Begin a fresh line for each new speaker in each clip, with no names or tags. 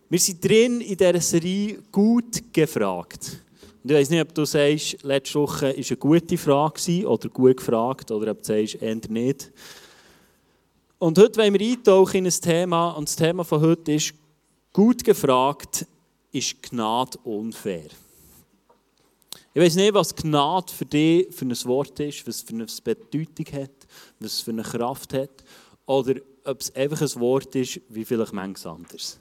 Wir sind drin in dieser Serie «Gut gefragt». Und ich weiss nicht, ob du sagst, letzte Woche war eine gute Frage oder gut gefragt, oder ob du sagst, eher nicht. Und heute wollen wir eintauchen in ein Thema, und das Thema von heute ist «Gut gefragt, ist Gnade unfair?» Ich weiss nicht, was Gnade für dich für ein Wort ist, was für eine Bedeutung hat, was für eine Kraft hat, oder ob es einfach ein Wort ist, wie vielleicht manches anderes.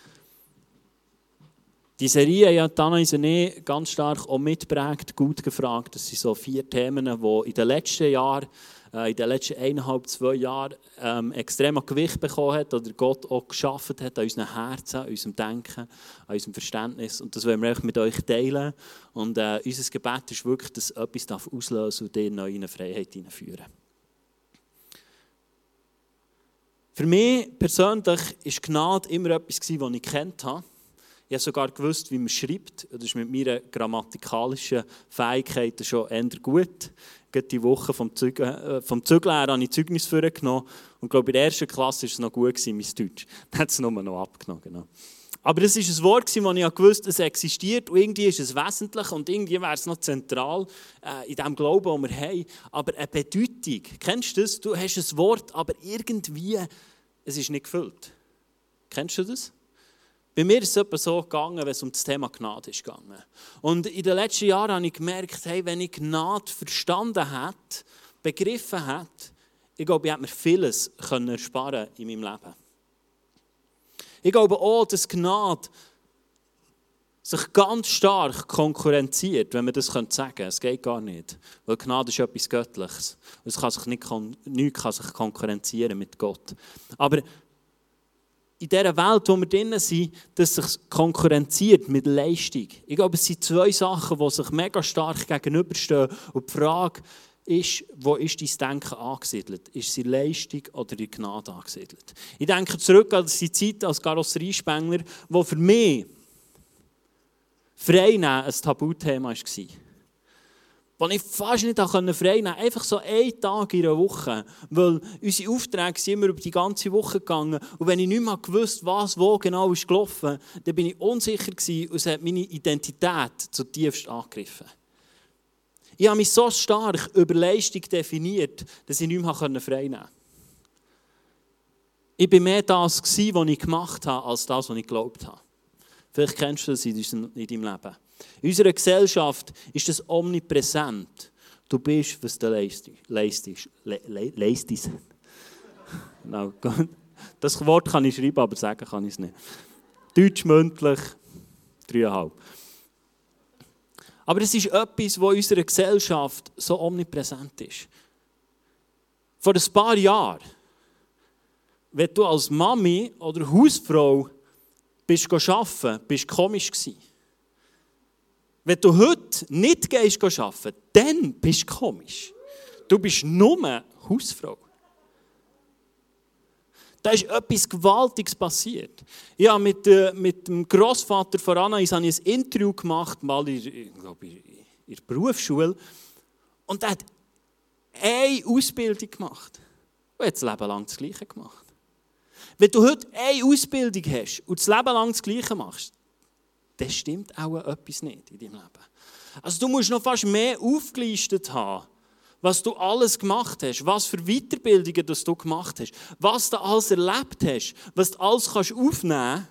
Die Serie hat Anna Isene ganz stark auch mitgeprägt, gut gefragt. Das sind so 4 Themen, die in den letzten Jahren, in den letzten 1,5–2 Jahren extrem an Gewicht bekommen hat oder Gott auch geschaffen hat an unseren Herzen, an unserem Denken, an unserem Verständnis. Und das wollen wir mit euch teilen. Und unser Gebet ist wirklich, dass etwas auslösen und dich neu in eine Freiheit hineinführen. Für mich persönlich war Gnade immer etwas, das ich gekannt habe. Ich habe sogar gewusst, wie man schreibt. Das ist mit meiner grammatikalischen Fähigkeit schon eher gut. Gerade die Woche vom Zügeln habe ich Zeugnis vorgenommen. Und ich glaube, in der 1. Klasse war es noch gut, mein Deutsch. Dann hat es nur noch abgenommen. Genau. Aber es war ein Wort, das ich gewusst habe, es existiert. Und irgendwie ist es wesentlich und irgendwie wäre es noch zentral in dem Glauben, den wir haben. Aber eine Bedeutung, kennst du das? Du hast ein Wort, aber irgendwie es ist nicht gefüllt. Kennst du das? Bei mir ist es etwa so gegangen, wenn es um das Thema Gnade ist gegangen. Und in den letzten Jahren habe ich gemerkt, hey, wenn ich Gnade verstanden hätte, begriffen hätte, ich glaube, ich hätte mir vieles ersparen in meinem Leben. Ich glaube auch, dass Gnade sich ganz stark konkurrenziert, wenn man das sagen könnte. Es geht gar nicht, weil Gnade ist etwas Göttliches. Es kann sich nichts kann sich konkurrenzieren mit Gott. Aber in dieser Welt, wo wir drin sind, dass sich konkurrenziert mit Leistung. Ich glaube, es sind 2 Sachen, die sich mega stark gegenüberstehen. Und die Frage ist, wo ist dein Denken angesiedelt? Ist es in Leistung oder in Gnade angesiedelt? Ich denke zurück an die Zeit als Karosseriespengler, wo für mich Freinehmen ein Tabuthema war. Wo ich fast nicht frei nehmen konnte, einfach so einen Tag in einer Woche. Weil unsere Aufträge sind immer über die ganze Woche gegangen. Und wenn ich nicht mehr gewusst, was wo genau ist gelaufen, dann bin ich unsicher gewesen und es hat meine Identität zutiefst angegriffen. Ich habe mich so stark über Leistung definiert, dass ich nicht mehr frei nehmen konnte. Ich war mehr das, was ich gemacht habe, als das, was ich geglaubt habe. Vielleicht kennst du das in deinem Leben. In unserer Gesellschaft ist das omnipräsent. Du bist, was du leistest. No, das Wort kann ich schreiben, aber sagen kann ich es nicht. Deutsch mündlich 3,5. Aber es ist etwas, das in unserer Gesellschaft so omnipräsent ist. Vor ein paar Jahren, wenn du als Mami oder Hausfrau bist arbeiten, bist du komisch gewesen. Wenn du heute nicht arbeiten gehst, dann bist du komisch. Du bist nur Hausfrau. Da ist etwas Gewaltiges passiert. Ich habe mit dem Grossvater von Anais ein Interview gemacht, mal in der Berufsschule. Und er hat eine Ausbildung gemacht. Und hat das Leben lang das Gleiche gemacht. Wenn du heute eine Ausbildung hast und das Leben lang das Gleiche machst, dann stimmt auch etwas nicht in deinem Leben. Also du musst noch fast mehr aufgelistet haben, was du alles gemacht hast, was für Weiterbildungen das du gemacht hast, was du alles erlebt hast, was du alles kannst aufnehmen,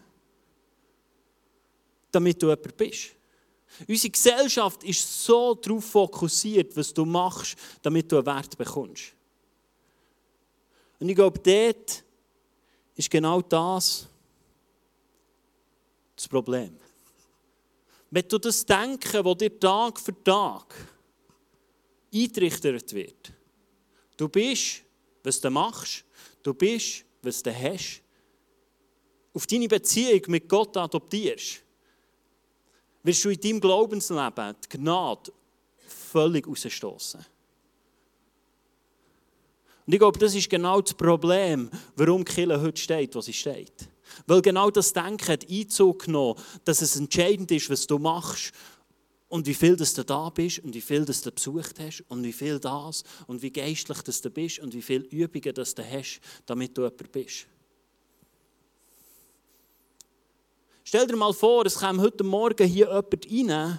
damit du jemand bist. Unsere Gesellschaft ist so darauf fokussiert, was du machst, damit du einen Wert bekommst. Und ich glaube, dort ist genau das Problem. Wenn du das Denken, das dir Tag für Tag eingetrichtert wird, du bist, was du machst, du bist, was du hast, auf deine Beziehung mit Gott adoptierst, wirst du in deinem Glaubensleben die Gnade völlig rausstoßen. Und ich glaube, das ist genau das Problem, warum die Kirche heute steht, wo sie steht. Weil genau das Denken hat Einzug genommen, dass es entscheidend ist, was du machst und wie viel du da bist und wie viel du besucht hast und wie viel das und wie geistlich du bist und wie viele Übungen du hast, damit du jemand bist. Stell dir mal vor, es käme heute Morgen hier jemand rein,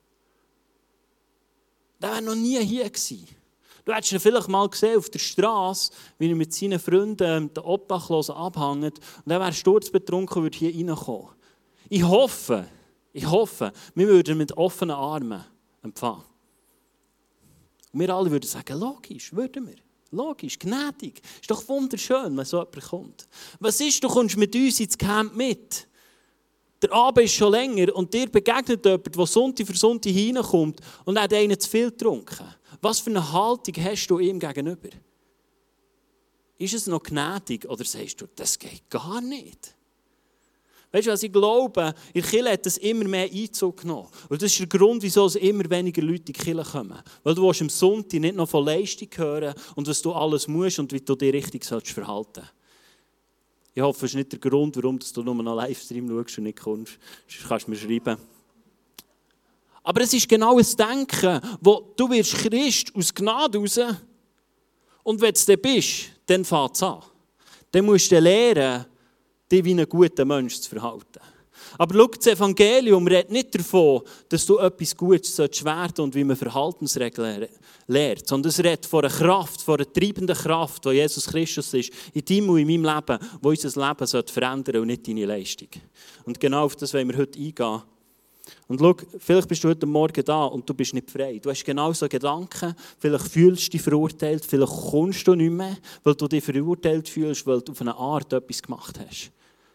der wäre noch nie hier gewesen. Du hättest ihn vielleicht mal gesehen auf der Straße, wie er mit seinen Freunden den Obdachlosen abhängt. Und er wäre sturzbetrunken und würde hier reinkommen. Ich hoffe, wir würden ihn mit offenen Armen empfangen. Und wir alle würden sagen, logisch, würden wir. Logisch, gnädig. Ist doch wunderschön, wenn so jemand kommt. Was ist, du kommst mit uns ins Camp mit. Der Abend ist schon länger und dir begegnet jemand, der Sonntag für Sonntag hineinkommt und hat einen zu viel getrunken. Was für eine Haltung hast du ihm gegenüber? Ist es noch gnädig oder sagst du, das geht gar nicht? Weißt du was, ich glaube, in der Kirche hat das immer mehr Einzug genommen. Und das ist der Grund, wieso es immer weniger Leute in die Kirche kommen. Weil du am Sonntag nicht noch von Leistung hören und was du alles musst und wie du dich richtig verhalten sollst. Ich hoffe, das ist nicht der Grund, warum du nur noch Livestream schaust und nicht kommst. Sonst kannst du mir schreiben. Aber es ist genau ein Denken, wo du wirst Christ aus Gnade raus und wenn du dann bist, dann fängt es an. Dann musst du lernen, dich wie ein guter Mensch zu verhalten. Aber schau, das Evangelium redet nicht davon, dass du etwas Gutes werden sollst und wie man Verhaltensregeln lernt, sondern es redet von einer Kraft, von einer treibenden Kraft, die Jesus Christus ist, in deinem und in meinem Leben, die unser Leben verändern sollte und nicht deine Leistung. Und genau auf das wollen wir heute eingehen. Und schau, vielleicht bist du heute Morgen da und du bist nicht frei. Du hast genau so Gedanken, vielleicht fühlst du dich verurteilt, vielleicht kommst du nicht mehr, weil du dich verurteilt fühlst, weil du auf eine Art etwas gemacht hast.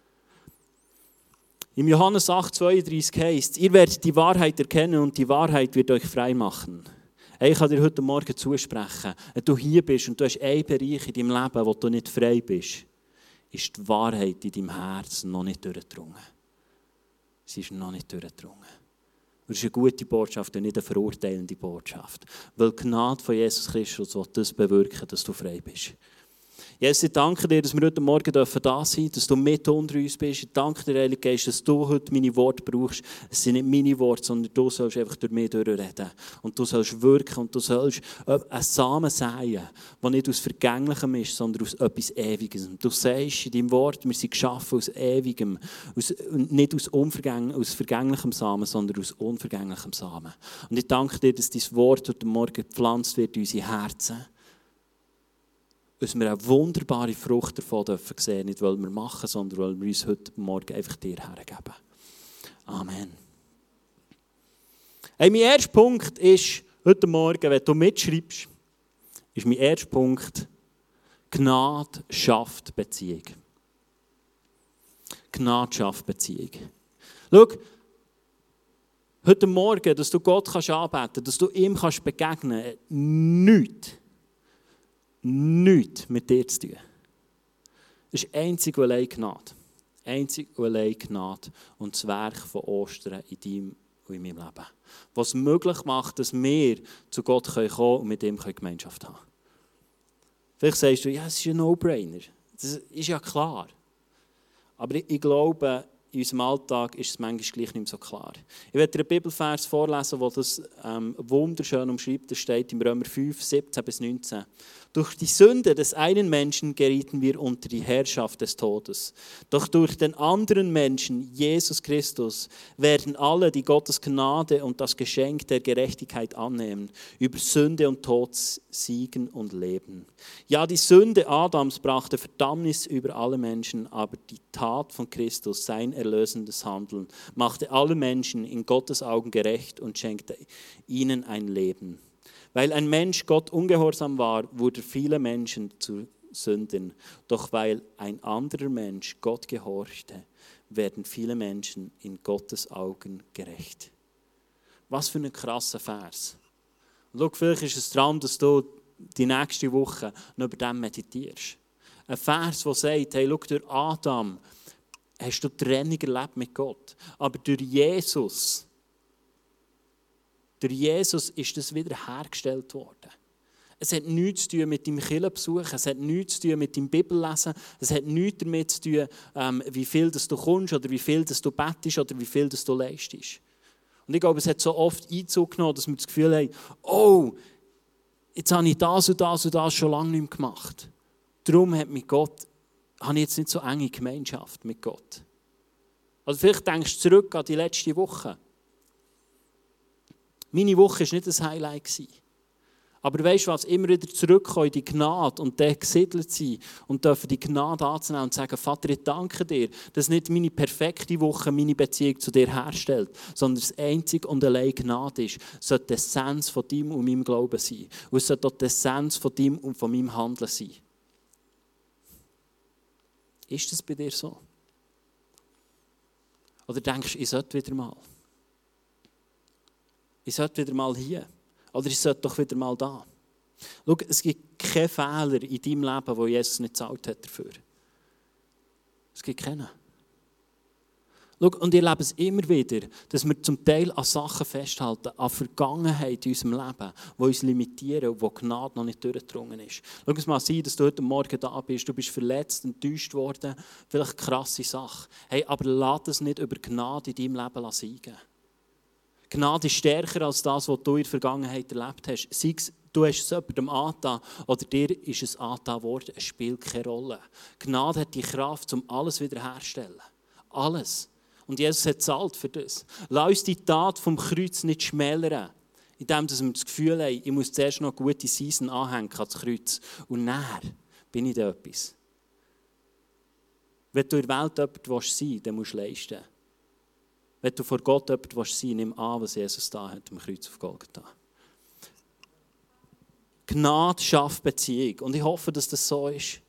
Im Johannes 8,32 heisst, ihr werdet die Wahrheit erkennen und die Wahrheit wird euch frei machen. Ich kann dir heute Morgen zusprechen, wenn du hier bist und du hast einen Bereich in deinem Leben, wo du nicht frei bist, ist die Wahrheit in deinem Herzen noch nicht durchgedrungen. Sie ist noch nicht durchgedrungen. Das ist eine gute Botschaft und nicht eine verurteilende Botschaft. Weil die Gnade von Jesus Christus will das bewirken, dass du frei bist. Jesus, ich danke dir, dass wir heute Morgen da sein dürfen, dass du mit unter uns bist. Ich danke dir, Heiliger Geist, dass du heute meine Worte brauchst. Es sind nicht meine Worte, sondern du sollst einfach durch mich durchreden. Und du sollst wirken und du sollst einen Samen säen, der nicht aus Vergänglichem ist, sondern aus etwas Ewigem. Du sagst in deinem Wort, wir sind geschaffen aus Ewigem, nicht aus vergänglichem Samen, sondern aus unvergänglichem Samen. Und ich danke dir, dass dein Wort heute Morgen gepflanzt wird in unsere Herzen. Dass wir eine wunderbare Frucht davon dürfen sehen, nicht weil wir machen, sondern weil wir uns heute Morgen einfach dir hergeben. Amen. Hey, mein erster Punkt ist, heute Morgen, wenn du mitschreibst, ist mein erster Punkt, Gnade schafft Beziehung. Gnade schafft Beziehung. Schau, heute Morgen, dass du Gott anbeten kannst, dass du ihm begegnen kannst, nichts mit dir zu tun. Es ist einzig und allein Gnade. Einzig und allein Gnade und das Werk von Ostern in deinem und in meinem Leben. Was möglich macht, dass wir zu Gott kommen können und mit ihm Gemeinschaft haben. Vielleicht sagst du, ja, es ist ein No-Brainer. Das ist ja klar. Aber ich glaube, in unserem Alltag ist es manchmal gleich nicht mehr so klar. Ich werde dir einen Bibelvers vorlesen, der das wunderschön umschreibt. Das steht im Römer 5, 17 bis 19. Durch die Sünde des einen Menschen gerieten wir unter die Herrschaft des Todes. Doch durch den anderen Menschen, Jesus Christus, werden alle, die Gottes Gnade und das Geschenk der Gerechtigkeit annehmen, über Sünde und Tod siegen und leben. Ja, die Sünde Adams brachte Verdammnis über alle Menschen, aber die Tat von Christus, sein erlösendes Handeln, machte alle Menschen in Gottes Augen gerecht und schenkte ihnen ein Leben. Weil ein Mensch Gott ungehorsam war, wurden viele Menschen zu Sündern. Doch weil ein anderer Mensch Gott gehorchte, werden viele Menschen in Gottes Augen gerecht. Was für ein krasser Vers. Und schau, vielleicht ist es dran, dass du die nächste Woche noch über den meditierst. Ein Vers, der sagt, hey, schau, durch Adam hast du Trennung erlebt mit Gott. Aber durch Jesus ist das wieder hergestellt worden. Es hat nichts zu tun mit deinem Kirchenbesuch, es hat nichts zu tun mit deinem Bibellesen, es hat nichts damit zu tun, wie viel du kommst oder wie viel du bettest oder wie viel du leistest. Und ich glaube, es hat so oft Einzug genommen, dass wir das Gefühl haben, oh, jetzt habe ich das und das und das schon lange nicht mehr gemacht. Darum habe ich jetzt nicht so enge Gemeinschaft mit Gott. Oder vielleicht denkst du zurück an die letzte Woche. Meine Woche war nicht ein Highlight. Aber weißt du was, immer wieder zurückkommen in die Gnade und dann gesiedelt sein und dürfen die Gnade anzunehmen und sagen, Vater, ich danke dir, dass nicht meine perfekte Woche meine Beziehung zu dir herstellt, sondern das einzig und allein Gnade ist, sollte die Essenz von deinem und meinem Glauben sein. Und es sollte auch die Essenz von deinem und von meinem Handeln sein. Ist das bei dir so? Oder denkst du, ich sollte wieder mal? Ich sollte wieder mal hier. Oder ich sollte doch wieder mal da. Schau, es gibt keinen Fehler in deinem Leben, wo Jesus nicht gezahlt hat dafür. Es gibt keinen. Schau, und ich lebe es immer wieder, dass wir zum Teil an Sachen festhalten, an Vergangenheit in unserem Leben, die uns limitieren und wo Gnade noch nicht durchgedrungen ist. Schau es mal sein, dass du heute Morgen da bist, du bist verletzt, enttäuscht worden, vielleicht eine krasse Sache. Hey, aber lass es nicht über Gnade in deinem Leben siegen. Gnade ist stärker als das, was du in der Vergangenheit erlebt hast. Sei es, du hast es jemandem angetan oder dir ist es angetan worden, es spielt keine Rolle. Gnade hat die Kraft, um alles wiederherzustellen. Alles. Und Jesus hat gezahlt für das. Lass uns die Tat vom Kreuz nicht schmälern, indem wir das Gefühl haben, ich muss zuerst noch eine gute Season anhängen ans Kreuz. Und nachher bin ich da etwas. Wenn du in der Welt jemand sein willst, dann musst du leisten. Wenn du vor Gott jemand sein willst, nimm an, was Jesus da hat am Kreuz auf Golgatha. Gnade schafft Beziehung. Und ich hoffe, dass das so ist.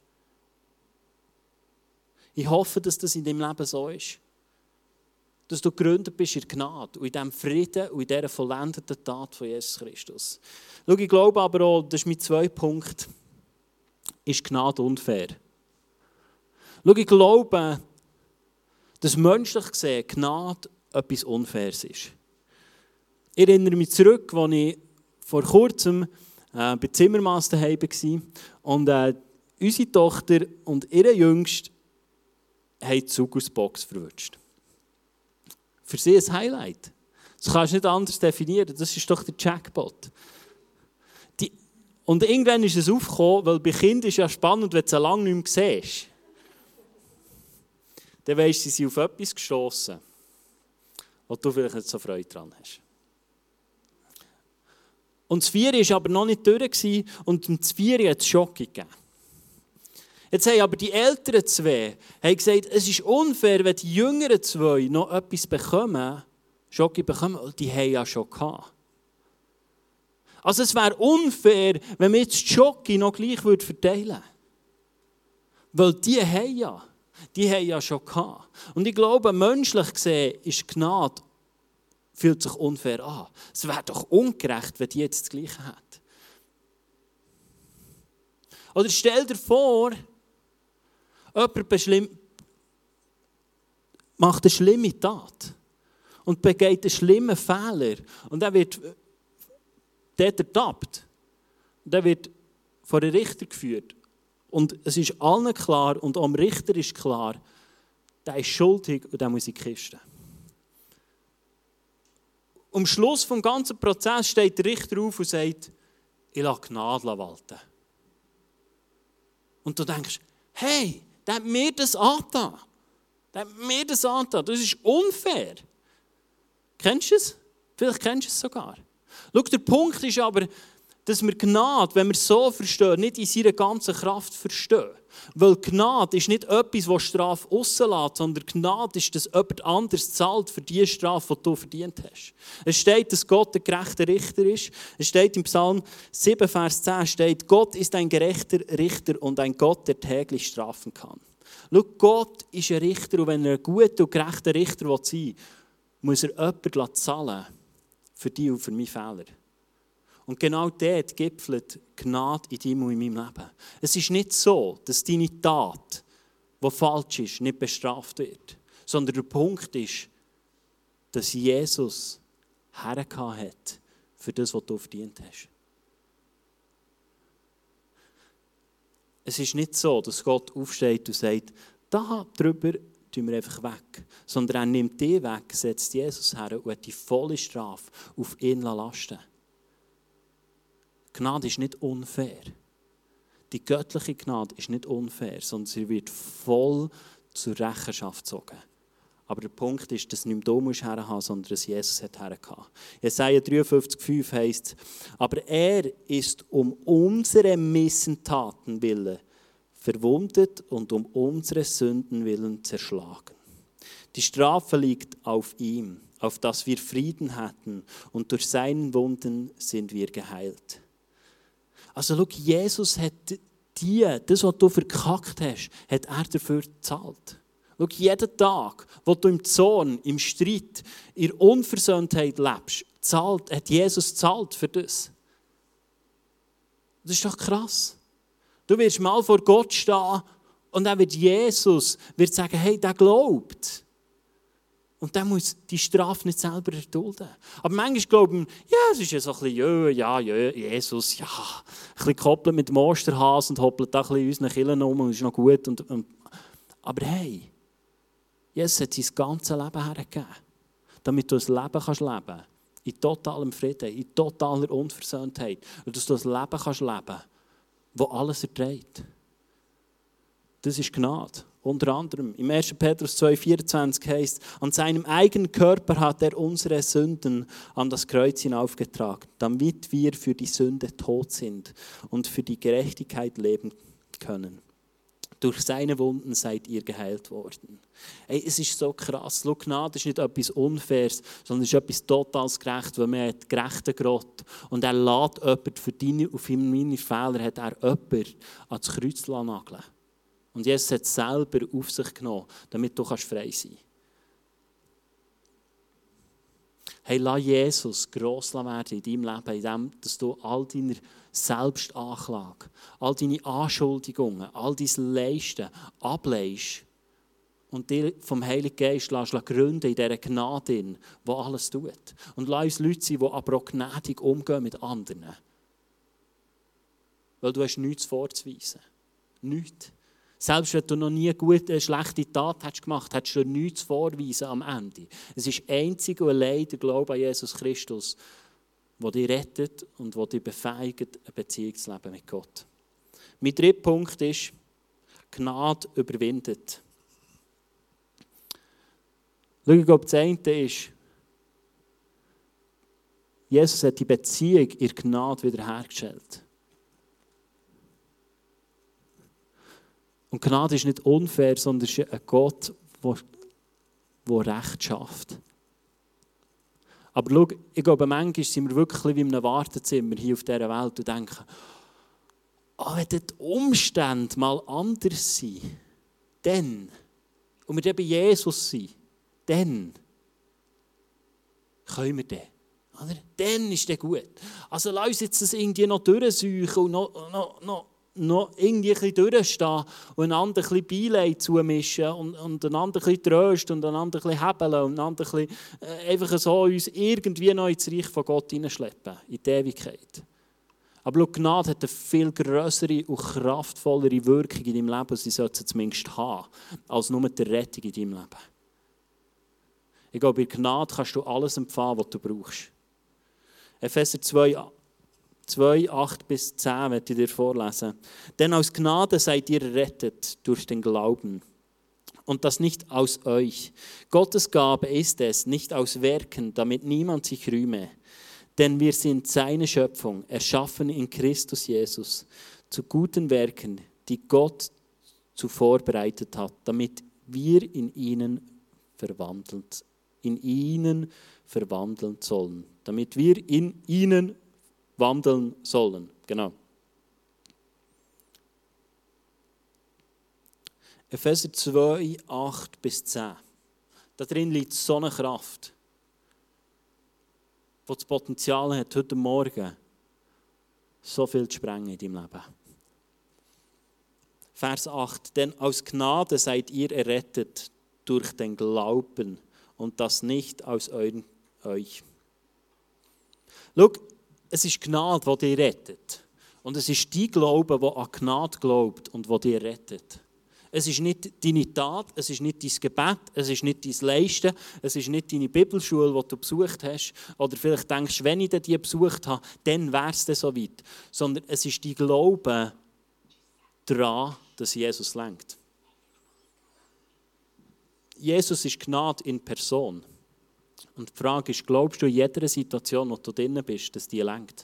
Ich hoffe, dass das in deinem Leben so ist. Dass du gegründet bist in Gnade und in diesem Frieden und in dieser vollendeten Tat von Jesus Christus. Schau, ich glaube aber auch, das ist mein zweiter Punkt, ist Gnade unfair. Schau, ich glaube, dass menschlich gesehen Gnade etwas Unfaires ist. Ich erinnere mich zurück, als ich vor kurzem bei Zimmermanns daheim war und unsere Tochter und ihre Jüngste haben die Zuckersbox verwünscht. Für sie ein Highlight. Das kannst du nicht anders definieren. Das ist doch der Jackpot. Und irgendwann ist es aufgekommen, weil bei Kindern ist es ja spannend, wenn du sie lange nicht mehr siehst. Dann weisst du, sie sind auf etwas gestossen, wo du vielleicht nicht so Freude dran hast. Und das 4 war aber noch nicht durch und im 4 hat es Schock gegeben. Jetzt haben aber die älteren 2 gesagt, es ist unfair, wenn die jüngeren 2 noch etwas bekommen, Schoki bekommen, die haben ja schon gehabt. Also es wäre unfair, wenn wir jetzt die Schoki noch gleich verteilen würden. Weil die haben ja schon gehabt. Und ich glaube, menschlich gesehen ist Gnade, fühlt sich unfair an. Es wäre doch ungerecht, wenn die jetzt das Gleiche hat. Oder stell dir vor, jemand macht eine schlimme Tat und begeht einen schlimmen Fehler und er wird dort ertappt. Und er wird vor den Richter geführt. Und es ist allen klar und auch dem Richter ist klar, der ist schuldig und der muss in die Kiste. Am Schluss des ganzen Prozesses steht der Richter auf und sagt, ich lasse Gnade walten. Und du denkst, hey, der hat mir das angetan. Das ist unfair. Kennst du es? Vielleicht kennst du es sogar. Schau, der Punkt ist aber, dass wir Gnade, wenn wir es so verstehen, nicht in seiner ganzen Kraft verstehen. Weil Gnade ist nicht etwas, das Strafe rauslässt, sondern Gnade ist, dass jemand anderes zahlt für die Strafe, die du verdient hast. Es steht, dass Gott ein gerechter Richter ist. Es steht im Psalm 7, Vers 10, steht, Gott ist ein gerechter Richter und ein Gott, der täglich strafen kann. Schau, Gott ist ein Richter und wenn er ein guter und gerechter Richter sein will, muss er jemanden zahlen für die und für meine Fehler. Und genau dort gipfelt Gnade in deinem und in meinem Leben. Es ist nicht so, dass deine Tat, die falsch ist, nicht bestraft wird. Sondern der Punkt ist, dass Jesus hergehauen hat für das, was du verdient hast. Es ist nicht so, dass Gott aufsteht und sagt, da drüber tun wir einfach weg. Sondern er nimmt dich weg, setzt Jesus her und hat die volle Strafe auf ihn lasten. Gnade ist nicht unfair. Die göttliche Gnade ist nicht unfair, sondern sie wird voll zur Rechenschaft gezogen. Aber der Punkt ist, dass nicht du herhaben musst, sondern dass Jesus hergehabt. Jesaja 53,5 heisst, aber er ist um unsere Missentaten willen verwundet und um unsere Sünden willen zerschlagen. Die Strafe liegt auf ihm, auf dass wir Frieden hätten, und durch seinen Wunden sind wir geheilt. Also schau, Jesus hat das, was du verkackt hast, hat er dafür gezahlt. Schau, jeden Tag, wo du im Zorn, im Streit, in der Unversöhntheit lebst, hat Jesus gezahlt für das. Das ist doch krass. Du wirst mal vor Gott stehen und dann wird Jesus sagen, hey, der glaubt. Und der muss die Strafe nicht selber erdulden. Aber manchmal glauben wir, ja, es ist ja so ein bisschen, Jesus, ja, ein bisschen gekoppelt mit dem Osterhase und hoppelt da ein bisschen in unseren Kirchen um und ist noch gut. Aber hey, Jesus hat sein ganzes Leben hergegeben, damit du ein Leben kannst leben in totalem Frieden, in totaler Unversöhntheit. Und dass du ein Leben kannst leben, das alles erträgt. Das ist Gnade. Unter anderem im 1. Petrus 2,24 heisst, an seinem eigenen Körper hat er unsere Sünden an das Kreuz hinaufgetragen, damit wir für die Sünde tot sind und für die Gerechtigkeit leben können. Durch seine Wunden seid ihr geheilt worden. Hey, es ist so krass. Schau, Gnade ist nicht etwas Unfaires, sondern es ist etwas total gerecht, weil man hat gerechten Gott und er lässt jemanden für deine und für meine Fehler hat er jemanden ans Kreuz nageln. Und Jesus hat es selber auf sich genommen, damit du frei sein kannst. Hey, lass Jesus gross werden in deinem Leben, indem dass du all deine Selbstanklage, all deine Anschuldigungen, all dein Leisten ableihst und dir vom Heiligen Geist gründen in dieser Gnade, die alles tut. Und lass uns Leute sein, die aber auch gnädig umgehen mit anderen. Weil du hast nichts vorzuweisen. Nichts. Selbst wenn du noch nie eine schlechte Tat hast gemacht hast, hättest du nichts vorweisen am Ende. Es ist einzig und allein der Glaube an Jesus Christus, der dich rettet und der dich befähigt, eine Beziehung zu leben mit Gott. Mein dritter Punkt ist, Gnade überwindet. Schau, ich glaube, das eine ist, Jesus hat die Beziehung in Gnade wiederhergestellt. Und Gnade ist nicht unfair, sondern es ist ein Gott, der Recht schafft. Aber schau, ich glaube, manchmal sind wir wirklich wie in einem Wartezimmer hier auf dieser Welt und denken, wenn die Umstände mal anders sind, dann, und wir dann bei Jesus sind, dann können wir den. Oder? Dann ist der gut. Also lass uns jetzt das irgendwie noch durchsuchen und noch irgendwie ein bisschen durchstehen und einander ein bisschen Beileid zumischen und einander ein bisschen trösten und einander ein bisschen hebeln und einander ein bisschen einfach so uns irgendwie noch ins Reich von Gott hineinschleppen, in die Ewigkeit. Aber schau, Gnade hat eine viel grössere und kraftvollere Wirkung in deinem Leben, und sie sollte zumindest haben, als nur die Rettung in deinem Leben. Ich glaube, bei Gnade kannst du alles empfangen, was du brauchst. Epheser 2, 8 bis 10 werde ich dir vorlesen. Denn aus Gnade seid ihr errettet durch den Glauben. Und das nicht aus euch. Gottes Gabe ist es, nicht aus Werken, damit niemand sich rühme. Denn wir sind seine Schöpfung, erschaffen in Christus Jesus, zu guten Werken, die Gott zuvor bereitet hat, damit wir in ihnen verwandeln sollen. Damit wir in ihnen wandeln sollen. Genau. Epheser 2, 8 bis 10. Da drin liegt so eine Kraft, die das Potenzial hat, heute Morgen so viel zu sprengen in deinem Leben. Vers 8. Denn aus Gnade seid ihr errettet durch den Glauben und das nicht aus euch. Schau, es ist Gnade, die dich rettet. Und es ist dein Glaube, der an Gnade glaubt und der dich rettet. Es ist nicht deine Tat, es ist nicht dein Gebet, es ist nicht dein Leisten, es ist nicht deine Bibelschule, die du besucht hast. Oder vielleicht denkst, wenn ich die besucht habe, dann wäre es so weit. Sondern es ist dein Glaube daran, dass Jesus lenkt. Jesus ist Gnade in Person. Und die Frage ist, glaubst du in jeder Situation, wo du drin bist, dass die lenkt?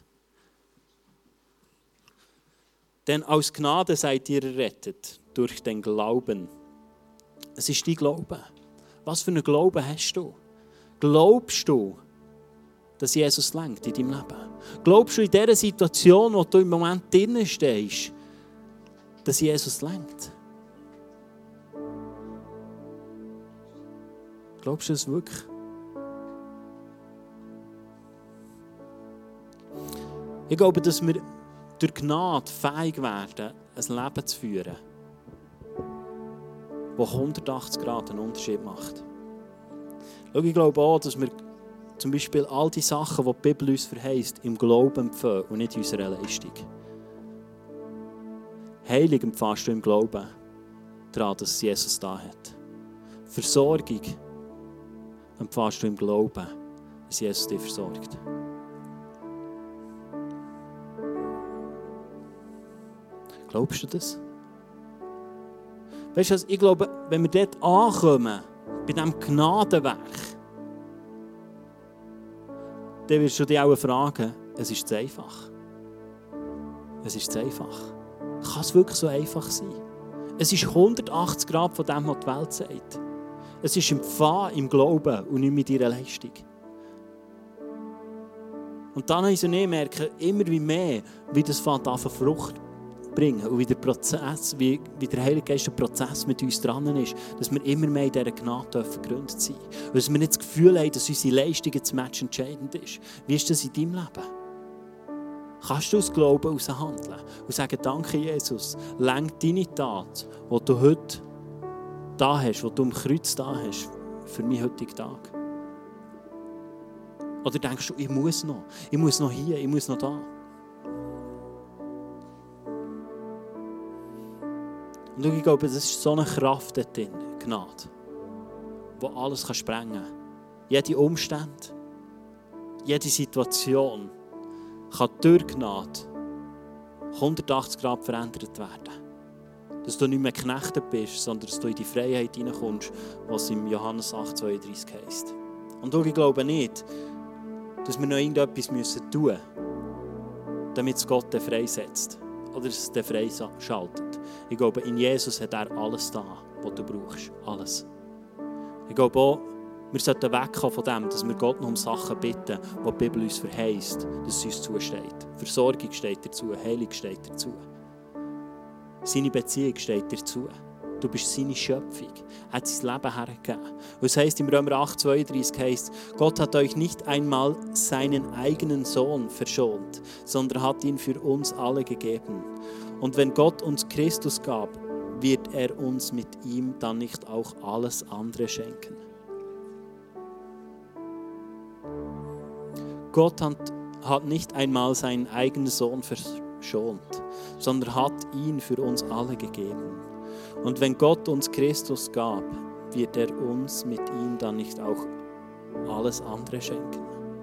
Denn aus Gnade seid ihr errettet, durch den Glauben. Es ist dein Glaube. Was für einen Glauben hast du? Glaubst du, dass Jesus lenkt in deinem Leben? Glaubst du in dieser Situation, wo du im Moment drin stehst, dass Jesus lenkt? Glaubst du das wirklich? Ich glaube, dass wir durch Gnade fähig werden, ein Leben zu führen, das 180 Grad einen Unterschied macht. Ich glaube auch, dass wir zum Beispiel all die Sachen, die die Bibel uns verheißt, im Glauben empfangen und nicht in unserer Leistung. Heilung empfängst du im Glauben daran, dass Jesus da hat. Versorgung empfängst du im Glauben, dass Jesus dich versorgt. Glaubst du das? Weißt du, ich glaube, wenn wir dort ankommen, bei diesem Gnadenwerk, dann wirst du dich auch fragen, es ist zu einfach. Es ist zu einfach. Kann es wirklich so einfach sein? Es ist 180 Grad von dem, was die Welt sagt. Es ist im Glauben und nicht mit ihrer Leistung. Und dann merken immer wie mehr, wie das fängt an Frucht bringen und wie der Prozess, wie der Heilige Geist ein Prozess mit uns dran ist, dass wir immer mehr in dieser Gnade gegründet sind. Und dass wir nicht das Gefühl haben, dass unsere Leistung das Match entscheidend ist. Wie ist das in deinem Leben? Kannst du aus Glauben heraus handeln und sagen, danke Jesus, lenk deine Tat, die du heute da hast, die du am Kreuz da hast, für meinen heutigen Tag? Oder denkst du, ich muss noch hier, ich muss noch da? Und ich glaube, das ist so eine Kraft dort drin, Gnade, die alles sprengen kann. Jede Umstände, jede Situation kann durch Gnade 180 Grad verändert werden. Dass du nicht mehr geknechtet bist, sondern dass du in die Freiheit hineinkommst, was im Johannes 8,32 heisst. Und ich glaube nicht, dass wir noch irgendetwas tun müssen, damit es Gott freisetzt oder es freischaltet. Ich glaube, in Jesus hat er alles da, was du brauchst. Alles. Ich glaube auch, wir sollten wegkommen von dem, dass wir Gott noch um Sachen bitten, die die Bibel uns verheißt, dass es uns zusteht. Versorgung steht dazu, Heilung steht dazu. Seine Beziehung steht dazu. Du bist seine Schöpfung. Er hat sein Leben hergegeben. Und es heisst im Römer 8,32 heisst, Gott hat euch nicht einmal seinen eigenen Sohn verschont, sondern hat ihn für uns alle gegeben. Und wenn Gott uns Christus gab, wird er uns mit ihm dann nicht auch alles andere schenken. Gott hat nicht einmal seinen eigenen Sohn verschont, sondern hat ihn für uns alle gegeben. Und wenn Gott uns Christus gab, wird er uns mit ihm dann nicht auch alles andere schenken.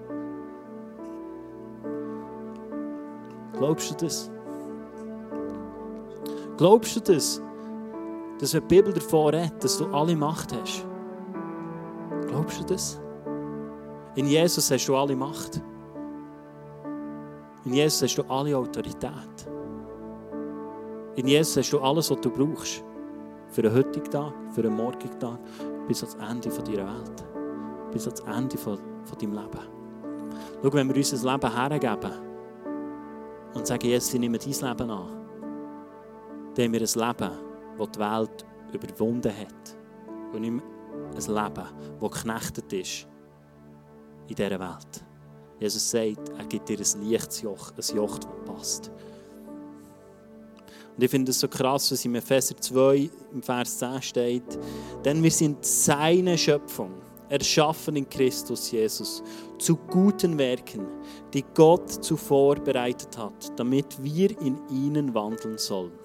Glaubst du das? Glaubst du das? Dass wenn die Bibel davon redet, dass du alle Macht hast? Glaubst du das? In Jesus hast du alle Macht. In Jesus hast du alle Autorität. In Jesus hast du alles, was du brauchst. Für den heutigen Tag, für den morgigen Tag, bis ans Ende deiner Welt. Bis ans Ende von deinem Leben. Schau, wenn wir unser Leben hergeben und sagen, jetzt ich nehme dein Leben an, dann haben wir ein Leben, das die Welt überwunden hat. Und nicht mehr ein Leben, das geknechtet ist in dieser Welt. Jesus sagt, er gibt dir ein leichtes Joch, ein Joch, das passt. Und ich finde es so krass, was in Epheser 2 im Vers 10 steht. Denn wir sind seine Schöpfung, erschaffen in Christus Jesus, zu guten Werken, die Gott zuvor bereitet hat, damit wir in ihnen wandeln sollen.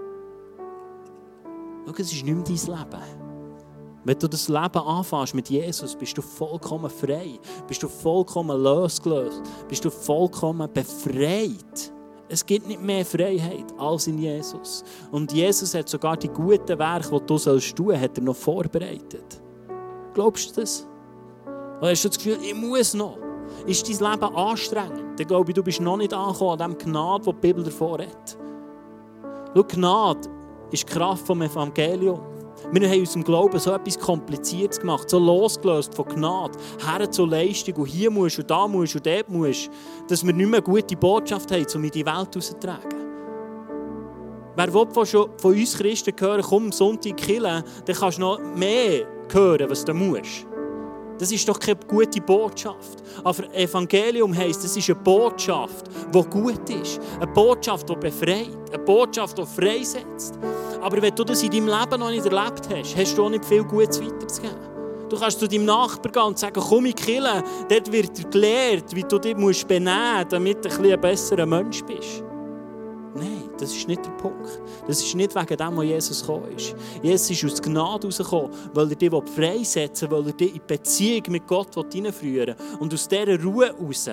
Schau, es ist nicht mehr dein Leben. Wenn du das Leben anfängst mit Jesus, bist du vollkommen frei, bist du vollkommen losgelöst, bist du vollkommen befreit. Es gibt nicht mehr Freiheit als in Jesus. Und Jesus hat sogar die guten Werke, die du tun sollst, hat er noch vorbereitet. Glaubst du das? Oder hast du das Gefühl, ich muss noch? Ist dein Leben anstrengend? Dann glaube ich, du bist noch nicht angekommen an dem Gnade, die die Bibel davor hat. Schau, Gnade ist die Kraft des Evangeliums. Wir haben aus dem Glauben so etwas Kompliziertes gemacht, so losgelöst von Gnade, her zur Leistung und hier musst und da musst und dort musst, dass wir nicht mehr eine gute Botschaft haben, um in die Welt rauszutragen. Wer will von uns Christen hören, komm am Sonntag in die Kirche, dann kannst du noch mehr hören, was du musst. Das ist doch keine gute Botschaft. Aber Evangelium heisst, es ist eine Botschaft, die gut ist. Eine Botschaft, die befreit. Eine Botschaft, die freisetzt. Aber wenn du das in deinem Leben noch nicht erlebt hast, hast du auch nicht viel Gutes weiterzugeben. Du kannst zu deinem Nachbarn gehen und sagen, komm in die Kirche, dort wird dir gelehrt, wie du dich benehmen musst, damit du ein besserer Mensch bist. Nein, das ist nicht der Punkt. Das ist nicht wegen dem, wo Jesus gekommen ist. Jesus ist aus Gnade rausgekommen, weil er dich freisetzen will, weil er dich in Beziehung mit Gott hineinführen will. Und aus dieser Ruhe heraus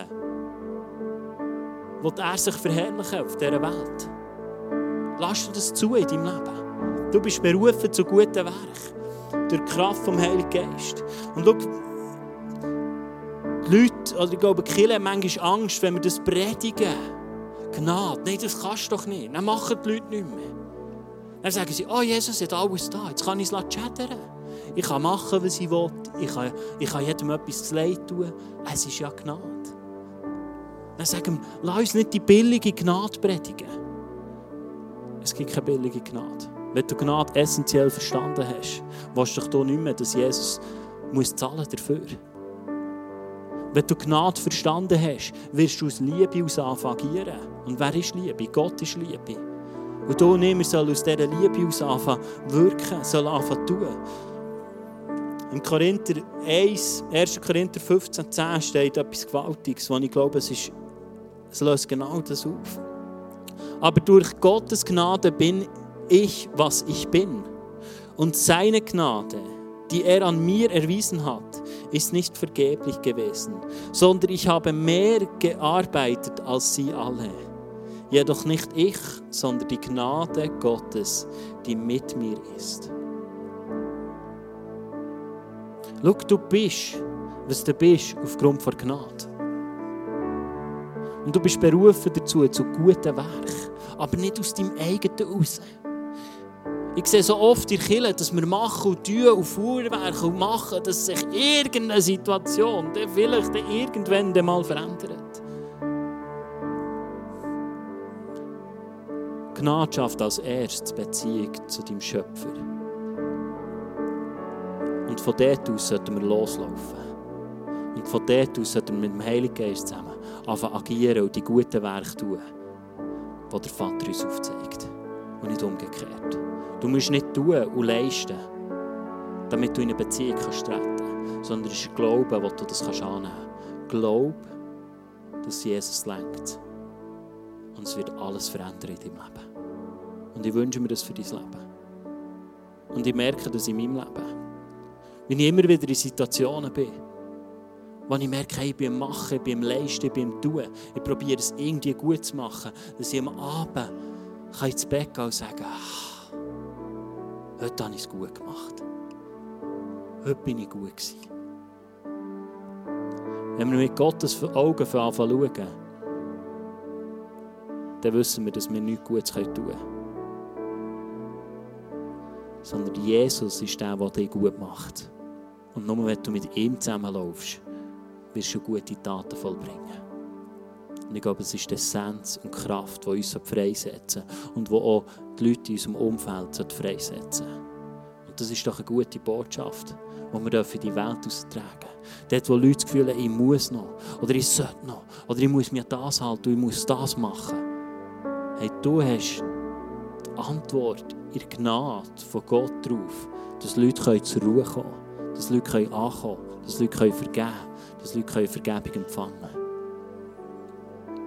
will er sich verherrlichen auf dieser Welt. Lass dir das zu in deinem Leben. Du bist berufen zu guten Werken. Durch die Kraft vom Heiligen Geist. Und schau, die Leute, oder ich glaube, die Kirche haben manchmal Angst, wenn wir das predigen. Gnade. Nein, das kannst du doch nicht. Dann machen die Leute nicht mehr. Dann sagen sie, oh, Jesus hat alles da. Jetzt kann ich es chattern. Ich kann machen, was ich will. Ich kann jedem etwas zu leid tun. Es ist ja Gnade. Dann sagen wir, lass uns nicht die billige Gnade predigen. Es gibt keine billige Gnade. Wenn du Gnade essentiell verstanden hast, willst du doch nicht mehr, dass Jesus zahlen dafür. Wenn du Gnade verstanden hast, wirst du aus Liebe aus agieren. Und wer ist Liebe? Gott ist Liebe. Und du und ich, wir sollen aus dieser Liebe aus wirken, sollen anfangen tun. Im Korinther 1 Korinther 15,10 steht etwas Gewaltiges, wo ich glaube, es löst genau das auf. Aber durch Gottes Gnade bin ich, was ich bin. Und seine Gnade, die er an mir erwiesen hat, ist nicht vergeblich gewesen, sondern ich habe mehr gearbeitet als sie alle. Jedoch nicht ich, sondern die Gnade Gottes, die mit mir ist. Schau, du bist, was du bist, aufgrund von Gnade. Und du bist berufen dazu, zu guten Werken, aber nicht aus deinem eigenen raus. Ich sehe so oft in der Kirche, dass wir machen und tun und vorwerken und machen, dass sich irgendeine Situation vielleicht irgendwann mal verändert. Gnade schafft als erstes Beziehung zu deinem Schöpfer. Und von dort aus sollten wir loslaufen. Und von dort aus sollten wir mit dem Heiligen Geist zusammen anfangen agieren und die guten Werke tun, die der Vater uns aufzeigt. Und nicht umgekehrt. Du musst nicht tun und leisten, damit du in eine Beziehung treten kannst, sondern es ist Glauben, wo du das annehmen kannst. Glaub, dass Jesus lenkt. Und es wird alles verändern in deinem Leben. Und ich wünsche mir das für dein Leben. Und ich merke das in meinem Leben. Wenn ich immer wieder in Situationen bin, wo ich merke, hey, ich bin am Machen, ich bin am Leisten, ich bin am Tun. Ich probiere es irgendwie gut zu machen, dass ich am Abend ins Bett gehen und sagen, heute habe ich es gut gemacht. Heute bin ich gut gewesen. Wenn wir mit Gottes Augen anfangen zu schauen, dann wissen wir, dass wir nichts Gutes tun können. Sondern Jesus ist der dich gut macht. Und nur wenn du mit ihm zusammenlaufst, wirst du gute Taten vollbringen. Und ich glaube, es ist die Essenz und die Kraft, die uns freisetzen und die auch die Leute in unserem Umfeld freisetzen. Und das ist doch eine gute Botschaft, die wir in die Welt austragen dürfen. Dort, wo Leute das Gefühl haben, ich muss noch, oder ich sollte noch, oder ich muss mir das halten, ich muss das machen. Hey, du hast die Antwort in der Gnade von Gott darauf, dass Leute zur Ruhe kommen können, dass Leute ankommen können, dass Leute vergeben können, dass Leute Vergebung empfangen können.